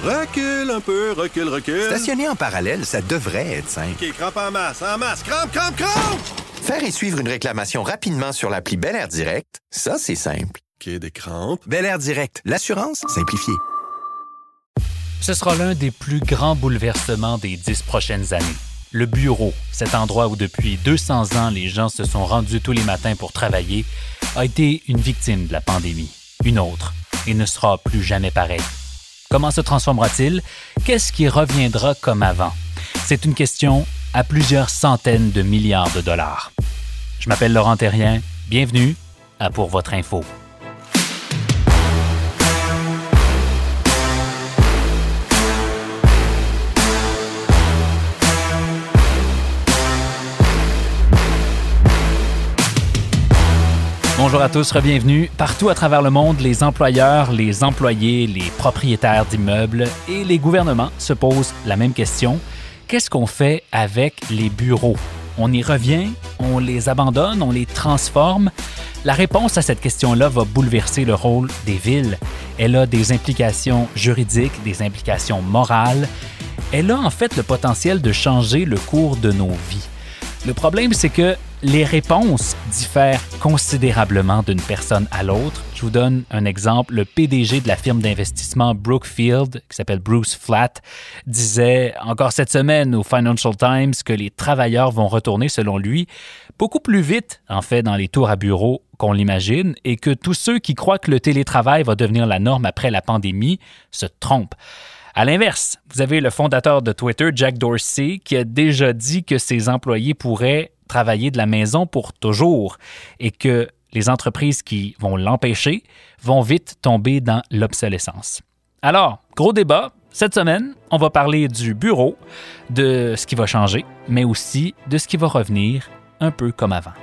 Recule un peu, recule. Stationner en parallèle, ça devrait être simple. OK, crampe en masse, crampe! Faire et suivre une réclamation rapidement sur l'appli Bel Air Direct, ça, c'est simple. OK, des crampes. Bel Air Direct, l'assurance simplifiée. Ce sera l'un des plus grands bouleversements des 10 prochaines années. Le bureau, cet endroit où depuis 200 ans les gens se sont rendus tous les matins pour travailler, a été une victime de la pandémie. Une autre, et ne sera plus jamais pareil. Comment se transformera-t-il? Qu'est-ce qui reviendra comme avant? C'est une question à plusieurs centaines de milliards de dollars. Je m'appelle Laurent Thérien. Bienvenue à Pour votre info. Bonjour à tous, bienvenue. Partout à travers le monde, les employeurs, les employés, les propriétaires d'immeubles et les gouvernements se posent la même question. Qu'est-ce qu'on fait avec les bureaux? On y revient? On les abandonne? On les transforme? La réponse à cette question-là va bouleverser le rôle des villes. Elle a des implications juridiques, des implications morales. Elle a en fait le potentiel de changer le cours de nos vies. Le problème, c'est que les réponses diffèrent considérablement d'une personne à l'autre. Je vous donne un exemple. Le PDG de la firme d'investissement Brookfield, qui s'appelle Bruce Flatt, disait encore cette semaine au Financial Times que les travailleurs vont retourner, selon lui, beaucoup plus vite, en fait, dans les tours à bureau qu'on l'imagine, et que tous ceux qui croient que le télétravail va devenir la norme après la pandémie se trompent. À l'inverse, vous avez le fondateur de Twitter, Jack Dorsey, qui a déjà dit que ses employés pourraient travailler de la maison pour toujours et que les entreprises qui vont l'empêcher vont vite tomber dans l'obsolescence. Alors, gros débat. Cette semaine, on va parler du bureau, de ce qui va changer, mais aussi de ce qui va revenir un peu comme avant.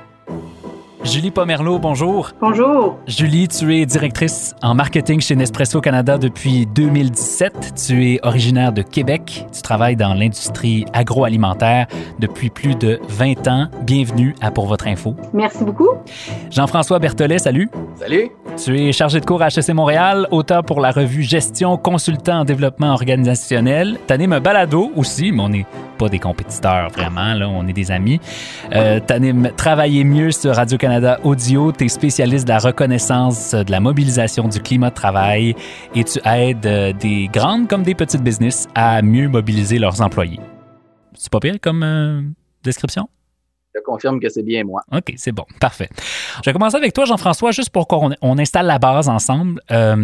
Julie Pomerleau, bonjour. Bonjour. Julie, tu es directrice en marketing chez Nespresso Canada depuis 2017. Tu es originaire de Québec. Tu travailles dans l'industrie agroalimentaire depuis plus de 20 ans. Bienvenue à Pour votre info. Merci beaucoup. Jean-François Berthollet, salut. Salut. Tu es chargé de cours à HEC Montréal, auteur pour la revue Gestion, consultant en développement organisationnel. Tu animes un balado aussi, mais on n'est pas des compétiteurs vraiment, là, on est des amis. Tu animes Travailler mieux sur Radio-Canada Audio. Tu es spécialiste de la reconnaissance, de la mobilisation du climat de travail et tu aides des grandes comme des petites business à mieux mobiliser leurs employés. C'est pas pire comme description? Je confirme que c'est bien moi. OK, c'est bon. Parfait. Je vais commencer avec toi, Jean-François, juste pour qu'on installe la base ensemble.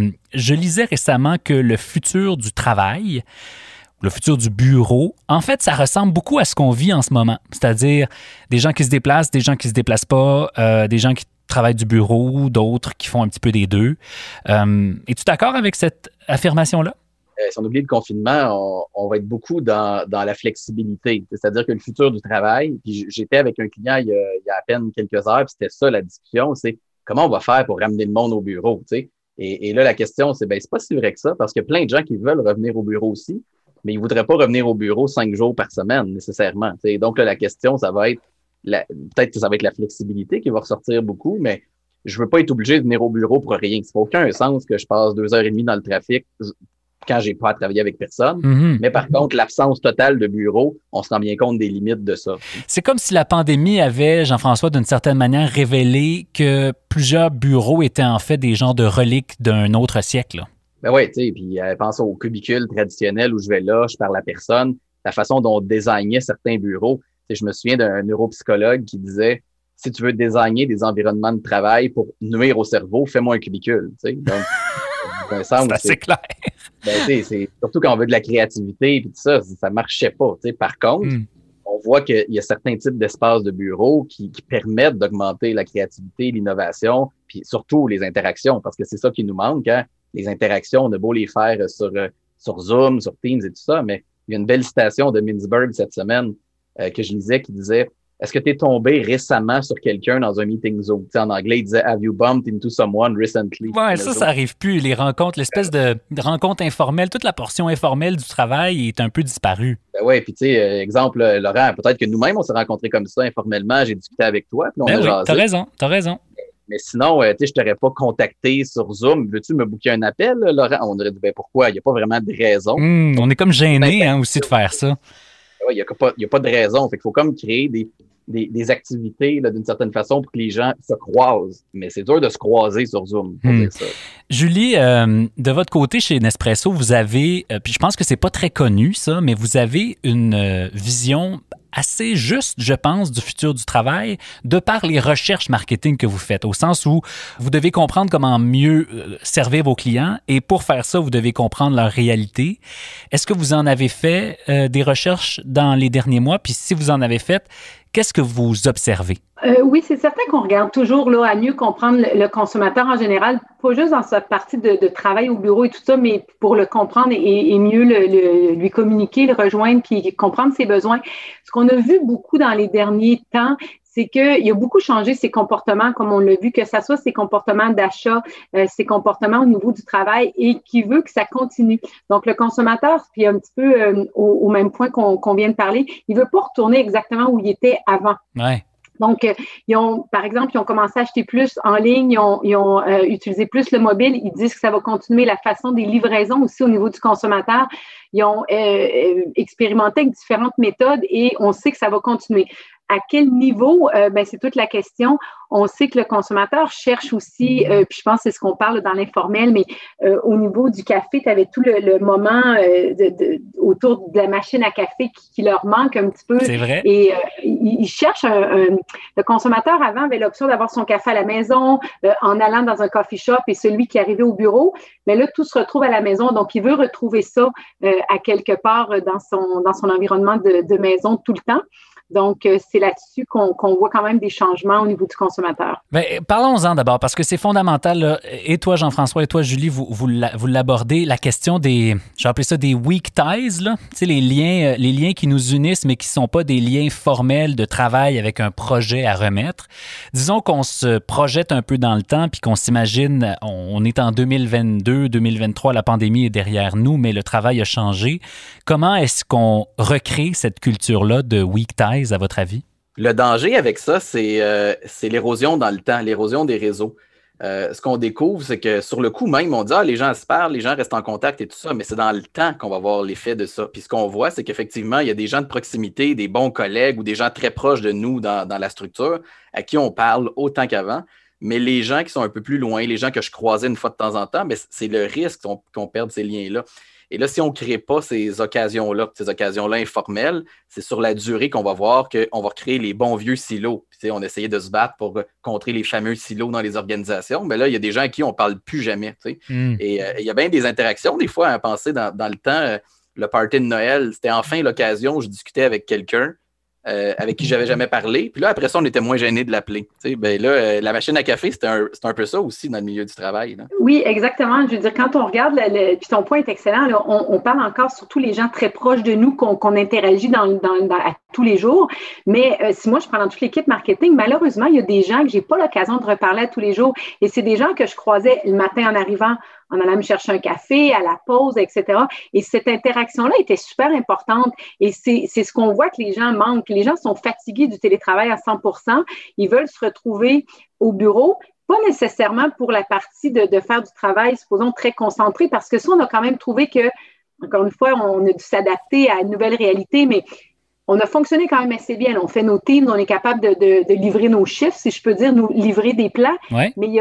Je lisais récemment que le futur du travail, le futur du bureau, en fait, ça ressemble beaucoup à ce qu'on vit en ce moment. C'est-à-dire des gens qui se déplacent, des gens qui se déplacent pas, des gens qui travaillent du bureau, d'autres qui font un petit peu des deux. Es-tu d'accord avec cette affirmation-là? Si on oublie le confinement, on va être beaucoup dans la flexibilité. C'est-à-dire que le futur du travail, puis j'étais avec un client il y a à peine quelques heures, puis c'était ça la discussion, c'est comment on va faire pour ramener le monde au bureau, tu sais. Et là, la question, c'est c'est pas si vrai que ça, parce qu'il y a plein de gens qui veulent revenir au bureau aussi, mais ils voudraient pas revenir au bureau 5 jours par semaine, nécessairement. Tu sais. Donc là, la question, ça va être peut-être que ça va être la flexibilité qui va ressortir beaucoup, mais je veux pas être obligé de venir au bureau pour rien. Ça n'a aucun sens que je passe 2h30 dans le trafic quand j'ai pas à travailler avec personne. Mm-hmm. Mais par contre, l'absence totale de bureau, on se rend bien compte des limites de ça. C'est comme si la pandémie avait, Jean-François, d'une certaine manière, révélé que plusieurs bureaux étaient en fait des genres de reliques d'un autre siècle. Là. Ben oui, tu sais, puis pense au cubicule traditionnel où je vais là, je parle à personne. La façon dont on désignait certains bureaux. Tu sais, je me souviens d'un neuropsychologue qui disait, si tu veux désigner des environnements de travail pour nuire au cerveau, fais-moi un cubicule. Tu sais. Donc, c'est assez clair. C'est surtout quand on veut de la créativité et tout ça, ça marchait pas. Par contre, on voit qu'il y a certains types d'espaces de bureau qui permettent d'augmenter la créativité, l'innovation, puis surtout les interactions, parce que c'est ça qui nous manque. Hein? Les interactions, on a beau les faire sur Zoom, sur Teams et tout ça, mais il y a une belle citation de Mintzberg cette semaine que je lisais qui disait « Est-ce que tu es tombé récemment sur quelqu'un dans un meeting Zoom? » En anglais, il disait « Have you bumped into someone recently? » Ouais, ça arrive plus. Les rencontres, l'espèce de rencontre informelle, toute la portion informelle du travail est un peu disparue. Ben ouais, puis tu sais, exemple, Laurent, peut-être que nous-mêmes, on s'est rencontrés comme ça informellement, j'ai discuté avec toi. Puis on ben a oui, jasé. t'as raison. Mais sinon, tu sais, je t'aurais pas contacté sur Zoom. Veux-tu me booker un appel, Laurent? On aurait dit, ben pourquoi? Il n'y a pas vraiment de raison. On est comme gêné aussi de faire ça. Il n'y a pas de raison. Fait qu'il faut comme créer des activités là, d'une certaine façon pour que les gens se croisent. Mais c'est dur de se croiser sur Zoom, pour dire ça. Julie, de votre côté, chez Nespresso, vous avez, puis je pense que c'est pas très connu ça, mais vous avez une vision assez juste, je pense, du futur du travail de par les recherches marketing que vous faites, au sens où vous devez comprendre comment mieux servir vos clients et pour faire ça, vous devez comprendre leur réalité. Est-ce que vous en avez fait des recherches dans les derniers mois? Puis si vous en avez fait, qu'est-ce que vous observez? Oui, c'est certain qu'on regarde toujours là, à mieux comprendre le consommateur en général, pas juste dans sa partie de travail au bureau et tout ça, mais pour le comprendre et mieux lui communiquer, le rejoindre, puis comprendre ses besoins. Ce qu'on a vu beaucoup dans les derniers temps, c'est qu'il a beaucoup changé ses comportements, comme on l'a vu, que ça soit ses comportements d'achat, ses comportements au niveau du travail et qui veut que ça continue. Donc, le consommateur, puis un petit peu au même point qu'on vient de parler, il veut pas retourner exactement où il était avant. Ouais. Donc, par exemple, ils ont commencé à acheter plus en ligne, ils ont utilisé plus le mobile. Ils disent que ça va continuer la façon des livraisons aussi au niveau du consommateur. Ils ont expérimenté avec différentes méthodes et on sait que ça va continuer. À quel niveau? C'est toute la question. On sait que le consommateur cherche aussi, puis je pense que c'est ce qu'on parle dans l'informel, mais au niveau du café, tu avais tout le moment autour de la machine à café qui leur manque un petit peu. C'est vrai. Et ils cherchent le consommateur avant avait l'option d'avoir son café à la maison, en allant dans un coffee shop et celui qui arrivait au bureau. Mais là, tout se retrouve à la maison. Donc, il veut retrouver ça à quelque part dans son environnement de maison tout le temps. Donc, c'est là-dessus qu'on voit quand même des changements au niveau du consommateur. Bien, parlons-en d'abord, parce que c'est fondamental. Là. Et toi, Jean-François, et toi, Julie, vous l'abordez, la question des, j'ai appelé ça des weak ties, là. Tu sais, les liens qui nous unissent, mais qui ne sont pas des liens formels de travail avec un projet à remettre. Disons qu'on se projette un peu dans le temps, puis qu'on s'imagine, on est en 2022, 2023, la pandémie est derrière nous, mais le travail a changé. Comment est-ce qu'on recrée cette culture-là de weak ties, à votre avis? Le danger avec ça, c'est l'érosion dans le temps, l'érosion des réseaux. Ce qu'on découvre, c'est que sur le coup même, on dit les gens se parlent, les gens restent en contact et tout ça, mais c'est dans le temps qu'on va voir l'effet de ça. Puis ce qu'on voit, c'est qu'effectivement, il y a des gens de proximité, des bons collègues ou des gens très proches de nous dans la structure à qui on parle autant qu'avant. Mais les gens qui sont un peu plus loin, les gens que je croisais une fois de temps en temps, mais c'est le risque qu'on perde ces liens-là. Et là, si on ne crée pas ces occasions-là informelles, c'est sur la durée qu'on va voir qu'on va recréer les bons vieux silos. Puis, on essayait de se battre pour contrer les fameux silos dans les organisations, mais là, il y a des gens à qui on ne parle plus jamais. Et il y a bien des interactions, des fois, à penser dans le temps, le party de Noël, c'était enfin l'occasion où je discutais avec quelqu'un avec qui j'avais jamais parlé. Puis là, après ça, on était moins gênés de l'appeler. La machine à café, c'est un peu ça aussi dans le milieu du travail. Là. Oui, exactement. Je veux dire, quand on regarde, puis ton point est excellent, là, on parle encore surtout les gens très proches de nous qu'on interagit à tous les jours. Mais si moi, je prends dans toute l'équipe marketing, malheureusement, il y a des gens que j'ai pas l'occasion de reparler à tous les jours. Et c'est des gens que je croisais le matin en arrivant, en allant me chercher un café, à la pause, etc. Et cette interaction-là était super importante. Et c'est ce qu'on voit que les gens manquent. Les gens sont fatigués du télétravail à 100%. Ils veulent se retrouver au bureau, pas nécessairement pour la partie de faire du travail, supposons, très concentré, parce que ça, on a quand même trouvé que, encore une fois, on a dû s'adapter à une nouvelle réalité, mais on a fonctionné quand même assez bien. On fait nos teams, on est capable de livrer nos chiffres, si je peux dire, nous livrer des plans. Ouais. Mais il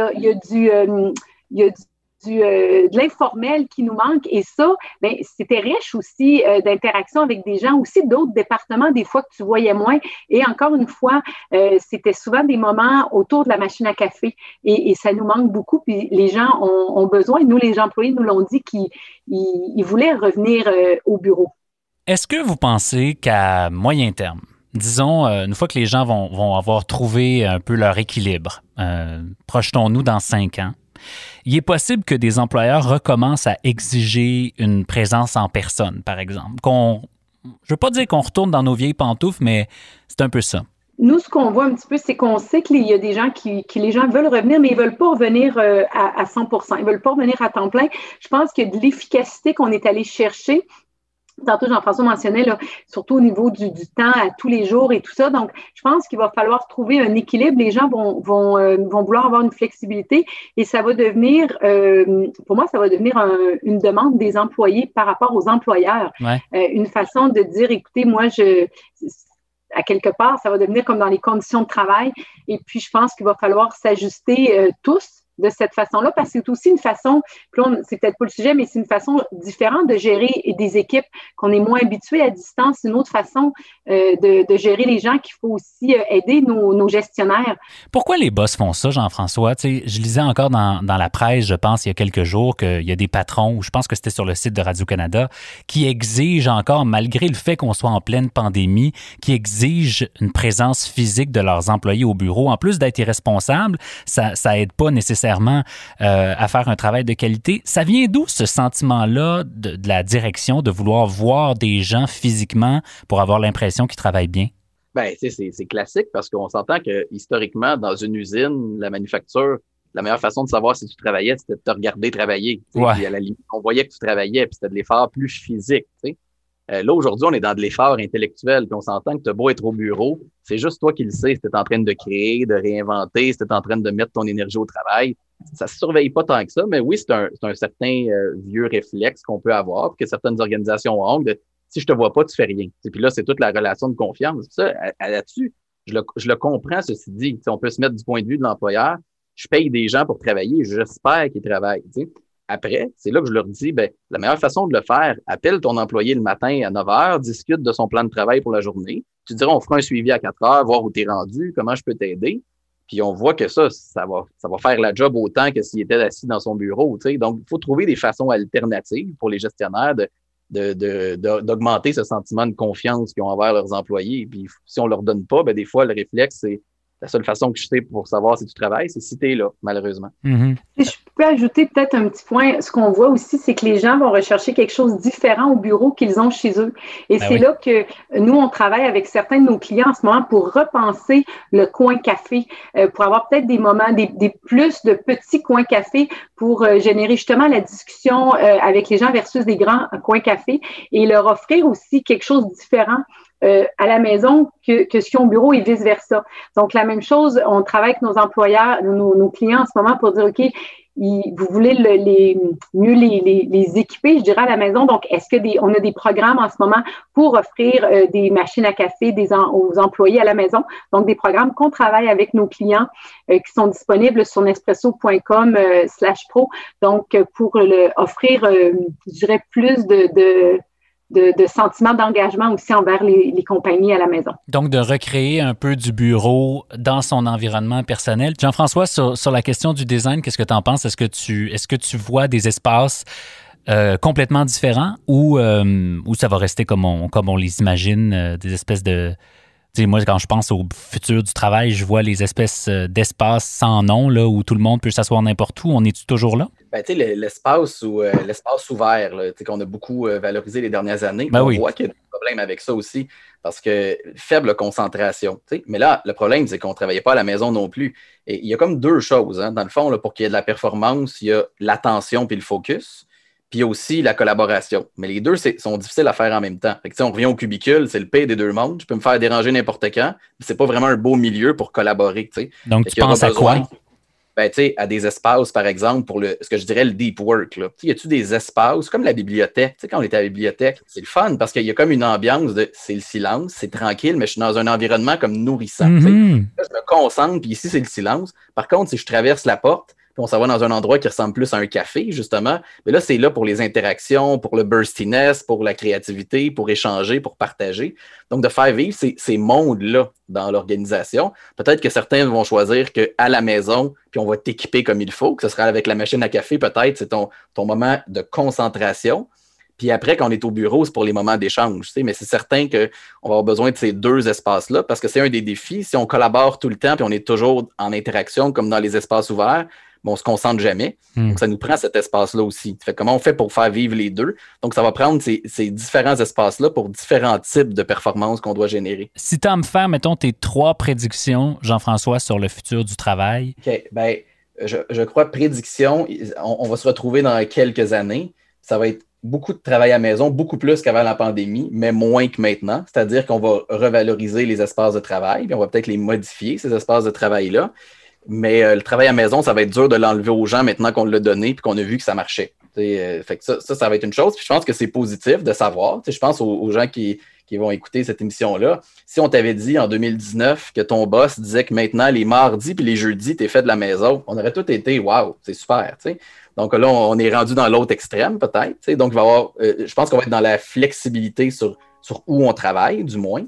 y a de l'informel qui nous manque. Et ça, c'était riche aussi d'interaction avec des gens aussi d'autres départements, des fois que tu voyais moins. Et encore une fois, c'était souvent des moments autour de la machine à café. Et ça nous manque beaucoup. Puis les gens ont besoin, nous, les employés nous l'ont dit, qu'ils voulaient revenir au bureau. Est-ce que vous pensez qu'à moyen terme, disons, une fois que les gens vont avoir trouvé un peu leur équilibre, projetons-nous dans 5 ans, il est possible que des employeurs recommencent à exiger une présence en personne, par exemple. Je ne veux pas dire qu'on retourne dans nos vieilles pantoufles, mais c'est un peu ça. Nous, ce qu'on voit un petit peu, c'est qu'on sait qu'il y a des gens les gens veulent revenir, mais ils ne veulent pas revenir à 100%. Ils ne veulent pas revenir à temps plein. Je pense qu'il y a de l'efficacité qu'on est allé chercher. Tantôt, Jean-François mentionnait, là, surtout au niveau du temps à tous les jours et tout ça. Donc, je pense qu'il va falloir trouver un équilibre. Les gens vont vouloir avoir une flexibilité et ça va devenir, pour moi, ça va devenir une demande des employés par rapport aux employeurs. Ouais. Une façon de dire, écoutez, moi, à quelque part, ça va devenir comme dans les conditions de travail. Et puis, je pense qu'il va falloir s'ajuster tous de cette façon-là, parce que c'est aussi une façon, puis là, c'est peut-être pas le sujet, mais c'est une façon différente de gérer des équipes qu'on est moins habitué à distance, une autre façon de gérer les gens qu'il faut aussi aider nos gestionnaires. Pourquoi les boss font ça, Jean-François? Tu sais, je lisais encore dans la presse, je pense, il y a quelques jours, qu'il y a des patrons, ou je pense que c'était sur le site de Radio-Canada, qui exigent encore, malgré le fait qu'on soit en pleine pandémie, qui exigent une présence physique de leurs employés au bureau. En plus d'être irresponsable, ça aide pas nécessairement à faire un travail de qualité. Ça vient d'où ce sentiment-là de la direction de vouloir voir des gens physiquement pour avoir l'impression qu'ils travaillent bien? Ben, c'est classique parce qu'on s'entend que historiquement, dans une usine, la manufacture, la meilleure façon de savoir si tu travaillais, c'était de te regarder travailler. Ouais. Puis à la limite, on voyait que tu travaillais, puis c'était de l'effort plus physique. T'sais. Là, aujourd'hui, on est dans de l'effort intellectuel, puis on s'entend que tu as beau être au bureau, c'est juste toi qui le sais si tu es en train de créer, de réinventer, si tu es en train de mettre ton énergie au travail. Ça se surveille pas tant que ça, mais oui, c'est un certain vieux réflexe qu'on peut avoir, puis que certaines organisations ont, de si je te vois pas, tu fais rien. Et puis là, c'est toute la relation de confiance. Ça, là-dessus, je le comprends, ceci dit. T'sais, on peut se mettre du point de vue de l'employeur. Je paye des gens pour travailler, j'espère qu'ils travaillent. T'sais. Après, c'est là que je leur dis, ben, la meilleure façon de le faire, appelle ton employé le matin à 9 heures, discute de son plan de travail pour la journée. Tu diras, on fera un suivi à 4 heures, voir où tu es rendu, comment je peux t'aider. Puis on voit que ça va faire la job autant que s'il était assis dans son bureau. T'sais. Donc, il faut trouver des façons alternatives pour les gestionnaires d'augmenter ce sentiment de confiance qu'ils ont envers leurs employés. Puis si on leur donne pas, ben des fois, le réflexe, c'est la seule façon que je sais pour savoir si tu travailles, c'est si tu es là, malheureusement. Mm-hmm. Je peux ajouter peut-être un petit point. Ce qu'on voit aussi, c'est que les gens vont rechercher quelque chose de différent au bureau qu'ils ont chez eux. Et c'est là que nous, on travaille avec certains de nos clients en ce moment pour repenser le coin café, pour avoir peut-être des moments, des plus de petits coins café pour générer justement la discussion avec les gens versus des grands coins café et leur offrir aussi quelque chose de différent à la maison que ce qu'ils ont au bureau et vice-versa. Donc, la même chose, on travaille avec nos employeurs, nos clients en ce moment pour dire, OK, vous voulez mieux les équiper, je dirais, à la maison. Donc, est-ce que on a des programmes en ce moment pour offrir des machines à café aux employés à la maison? Donc, des programmes qu'on travaille avec nos clients qui sont disponibles sur nespresso.com/pro. Donc, pour offrir, je dirais, plus de sentiments d'engagement aussi envers les compagnies à la maison. Donc, de recréer un peu du bureau dans son environnement personnel. Jean-François, sur la question du design, qu'est-ce que tu en penses? Est-ce que tu vois des espaces complètement différents ou ça va rester comme on les imagine, des espèces de... T'sais, moi, quand je pense au futur du travail, je vois les espèces d'espaces sans nom, là, où tout le monde peut s'asseoir n'importe où. On est-tu toujours là? Ben, tu sais, l'espace ouvert, là, qu'on a beaucoup valorisé les dernières années, on voit qu'il y a des problèmes avec ça aussi, parce que faible concentration. T'sais. Mais là, le problème, c'est qu'on ne travaillait pas à la maison non plus. Et il y a comme deux choses, hein, dans le fond, là, pour qu'il y ait de la performance, il y a l'attention puis le focus. Puis il y a aussi la collaboration. Mais les deux sont difficiles à faire en même temps. Fait que, on revient au cubicule, c'est le pire des deux mondes. Je peux me faire déranger n'importe quand, mais c'est pas vraiment un beau milieu pour collaborer. T'sais. Donc, tu penses à quoi? Ben, à des espaces, par exemple, pour ce que je dirais le deep work. Là. Y a-tu des espaces comme la bibliothèque? Quand on était à la bibliothèque, c'est le fun parce qu'il y a comme une ambiance c'est le silence, c'est tranquille, mais je suis dans un environnement comme nourrissant. Mm-hmm. Là, je me concentre, puis ici, c'est le silence. Par contre, si je traverse la porte, puis on s'en va dans un endroit qui ressemble plus à un café, justement. Mais là, c'est là pour les interactions, pour le burstiness, pour la créativité, pour échanger, pour partager. Donc, de faire vivre ces mondes-là dans l'organisation. Peut-être que certains vont choisir qu'à la maison, puis on va t'équiper comme il faut, que ce sera avec la machine à café, peut-être, c'est ton moment de concentration. Puis après, quand on est au bureau, c'est pour les moments d'échange. Tu sais, mais c'est certain qu'on va avoir besoin de ces deux espaces-là parce que c'est un des défis. Si on collabore tout le temps puis on est toujours en interaction comme dans les espaces ouverts, on ne se concentre jamais. Donc, ça nous prend cet espace-là aussi. Fait, comment on fait pour faire vivre les deux? Donc, ça va prendre ces différents espaces-là pour différents types de performances qu'on doit générer. Si tu as à me faire, mettons, tes 3 prédictions, Jean-François, sur le futur du travail. OK. Bien, je crois prédiction, on va se retrouver dans quelques années. Ça va être beaucoup de travail à la maison, beaucoup plus qu'avant la pandémie, mais moins que maintenant. C'est-à-dire qu'on va revaloriser les espaces de travail, puis on va peut-être les modifier, ces espaces de travail-là. Mais le travail à la maison, ça va être dur de l'enlever aux gens maintenant qu'on l'a donné puis qu'on a vu que ça marchait. Fait que ça va être une chose. Puis je pense que c'est positif de savoir. Je pense aux gens qui vont écouter cette émission-là. Si on t'avait dit en 2019 que ton boss disait que maintenant, les mardis puis les jeudis, t'es fait de la maison, on aurait tous été « wow, c'est super ». Donc là, on est rendu dans l'autre extrême peut-être. Donc, il va y avoir, je pense qu'on va être dans la flexibilité sur où on travaille, du moins.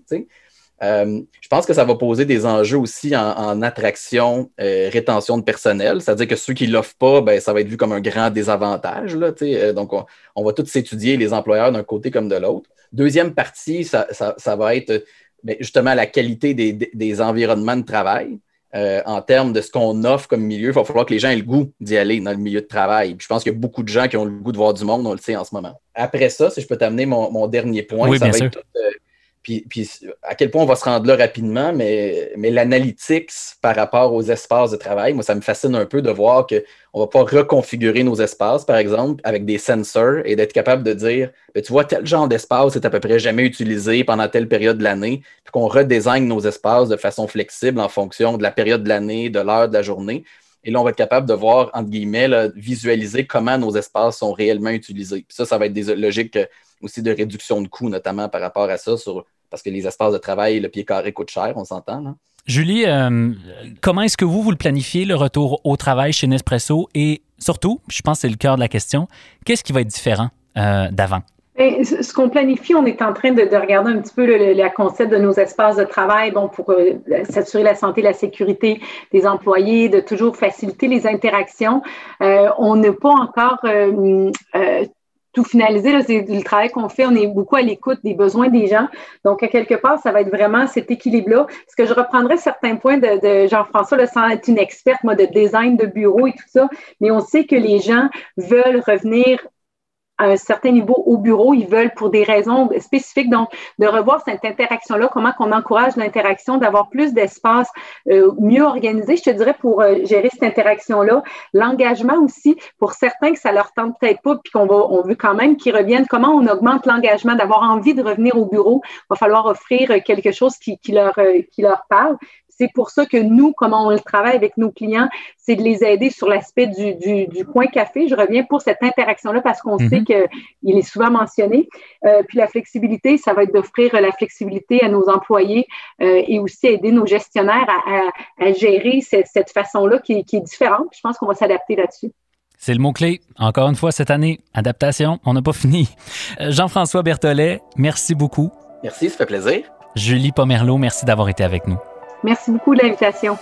Je pense que ça va poser des enjeux aussi en attraction, rétention de personnel. C'est-à-dire que ceux qui ne l'offrent pas, ben, ça va être vu comme un grand désavantage. Là, donc, on va tous s'étudier, les employeurs d'un côté comme de l'autre. Deuxième partie, ça va être justement la qualité des environnements de travail. En termes de ce qu'on offre comme milieu, il va falloir que les gens aient le goût d'y aller dans le milieu de travail. Puis je pense qu'il y a beaucoup de gens qui ont le goût de voir du monde, on le sait en ce moment. Après ça, si je peux t'amener mon dernier point, oui, ça va sûr. être tout, puis à quel point on va se rendre là rapidement, mais l'analytics par rapport aux espaces de travail, moi, ça me fascine un peu de voir qu'on va pouvoir reconfigurer nos espaces, par exemple, avec des sensors et d'être capable de dire, tu vois, tel genre d'espace est à peu près jamais utilisé pendant telle période de l'année, puis qu'on redésigne nos espaces de façon flexible en fonction de la période de l'année, de l'heure de la journée. Et là, on va être capable de voir, entre guillemets, là, visualiser comment nos espaces sont réellement utilisés. Puis ça va être des logiques aussi de réduction de coûts, notamment par rapport à ça, parce que les espaces de travail, le pied carré coûte cher, on s'entend, là. Julie, comment est-ce que vous le planifiez, le retour au travail chez Nespresso? Et surtout, je pense que c'est le cœur de la question, qu'est-ce qui va être différent d'avant? Ce qu'on planifie, on est en train de regarder un petit peu le concept de nos espaces de travail, pour s'assurer la santé et la sécurité des employés, de toujours faciliter les interactions. On n'a pas encore tout finalisé. Là, c'est le travail qu'on fait. On est beaucoup à l'écoute des besoins des gens. Donc, à quelque part, ça va être vraiment cet équilibre-là. Parce que je reprendrai certains points de Jean-François, là, sans être une experte, moi, de design de bureau et tout ça. Mais on sait que les gens veulent revenir à un certain niveau au bureau, ils veulent pour des raisons spécifiques. Donc, de revoir cette interaction-là, comment qu'on encourage l'interaction, d'avoir plus d'espace mieux organisé, je te dirais, pour gérer cette interaction-là. L'engagement aussi, pour certains que ça leur tente peut-être pas, puis on veut quand même qu'ils reviennent. Comment on augmente l'engagement, d'avoir envie de revenir au bureau? Il va falloir offrir quelque chose qui leur parle. C'est pour ça que nous, comment on le travaille avec nos clients, c'est de les aider sur l'aspect du coin café. Je reviens pour cette interaction-là parce qu'on sait qu'il est souvent mentionné. Puis la flexibilité, ça va être d'offrir la flexibilité à nos employés et aussi aider nos gestionnaires à gérer cette façon-là qui est différente. Je pense qu'on va s'adapter là-dessus. C'est le mot-clé. Encore une fois, cette année, adaptation, on n'a pas fini. Jean-François Berthollet, merci beaucoup. Merci, ça fait plaisir. Julie Pomerleau, merci d'avoir été avec nous. Merci beaucoup de l'invitation.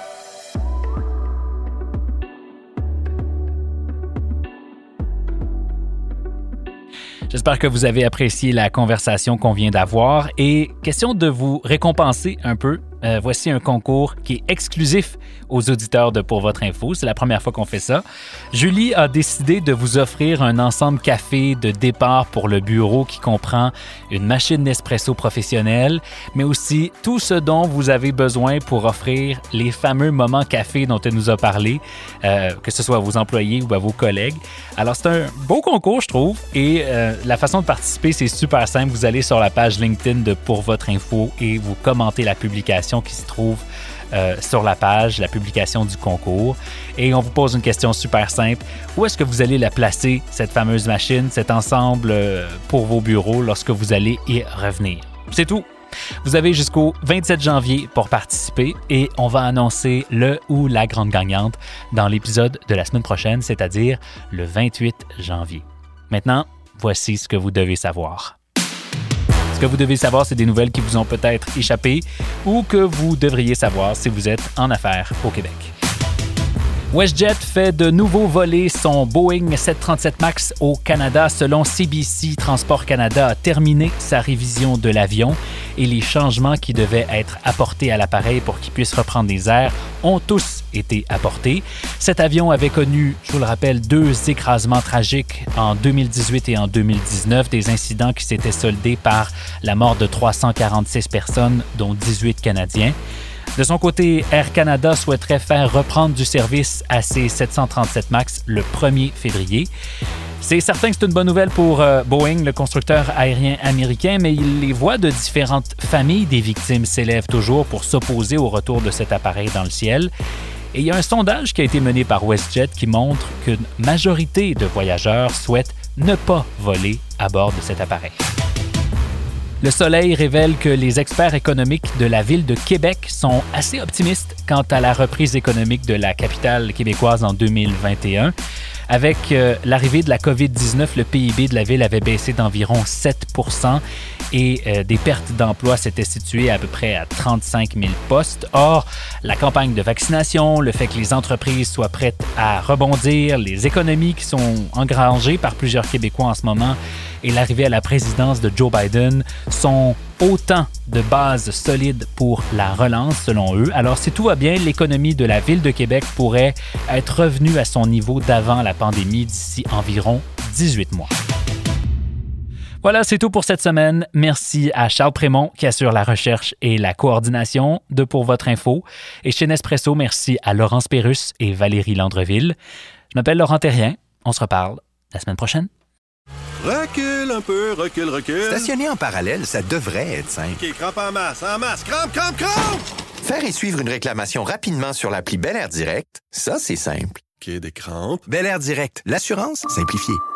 J'espère que vous avez apprécié la conversation qu'on vient d'avoir et question de vous récompenser un peu. Voici un concours qui est exclusif aux auditeurs de Pour Votre Info. C'est la première fois qu'on fait ça. Julie a décidé de vous offrir un ensemble café de départ pour le bureau qui comprend une machine Nespresso professionnelle, mais aussi tout ce dont vous avez besoin pour offrir les fameux moments café dont elle nous a parlé, que ce soit à vos employés ou à vos collègues. Alors, c'est un beau concours, je trouve, et la façon de participer, c'est super simple. Vous allez sur la page LinkedIn de Pour Votre Info et vous commentez la publication qui se trouve sur la page, la publication du concours. Et on vous pose une question super simple. Où est-ce que vous allez la placer, cette fameuse machine, cet ensemble pour vos bureaux lorsque vous allez y revenir? C'est tout. Vous avez jusqu'au 27 janvier pour participer et on va annoncer le ou la grande gagnante dans l'épisode de la semaine prochaine, c'est-à-dire le 28 janvier. Maintenant, voici ce que vous devez savoir. Ce que vous devez savoir, c'est des nouvelles qui vous ont peut-être échappé ou que vous devriez savoir si vous êtes en affaires au Québec. WestJet fait de nouveau voler son Boeing 737 MAX au Canada. Selon CBC, Transport Canada a terminé sa révision de l'avion et les changements qui devaient être apportés à l'appareil pour qu'il puisse reprendre des airs ont tous été apportés. Cet avion avait connu, je vous le rappelle, 2 écrasements tragiques en 2018 et en 2019, des incidents qui s'étaient soldés par la mort de 346 personnes, dont 18 Canadiens. De son côté, Air Canada souhaiterait faire reprendre du service à ses 737 MAX le 1er février. C'est certain que c'est une bonne nouvelle pour Boeing, le constructeur aérien américain, mais les voix de différentes familles des victimes s'élèvent toujours pour s'opposer au retour de cet appareil dans le ciel. Et il y a un sondage qui a été mené par WestJet qui montre qu'une majorité de voyageurs souhaitent ne pas voler à bord de cet appareil. Le Soleil révèle que les experts économiques de la ville de Québec sont assez optimistes quant à la reprise économique de la capitale québécoise en 2021. Avec l'arrivée de la COVID-19, le PIB de la ville avait baissé d'environ 7 % et des pertes d'emplois s'étaient situées à peu près à 35 000 postes. Or, la campagne de vaccination, le fait que les entreprises soient prêtes à rebondir, les économies qui sont engrangées par plusieurs Québécois en ce moment et l'arrivée à la présidence de Joe Biden sont autant de bases solides pour la relance, selon eux. Alors, si tout va bien, l'économie de la Ville de Québec pourrait être revenue à son niveau d'avant la pandémie d'ici environ 18 mois. Voilà, c'est tout pour cette semaine. Merci à Charles Prémont qui assure la recherche et la coordination de Pour votre info. Et chez Nespresso, merci à Laurence Pérusse et Valérie Landreville. Je m'appelle Laurent Terrien. On se reparle la semaine prochaine. Recule un peu, recule. Stationner en parallèle, ça devrait être simple. OK, crampe en masse, crampe! Faire et suivre une réclamation rapidement sur l'appli Bel Air Direct, ça, c'est simple. OK, des crampes. Bel Air Direct, l'assurance simplifiée.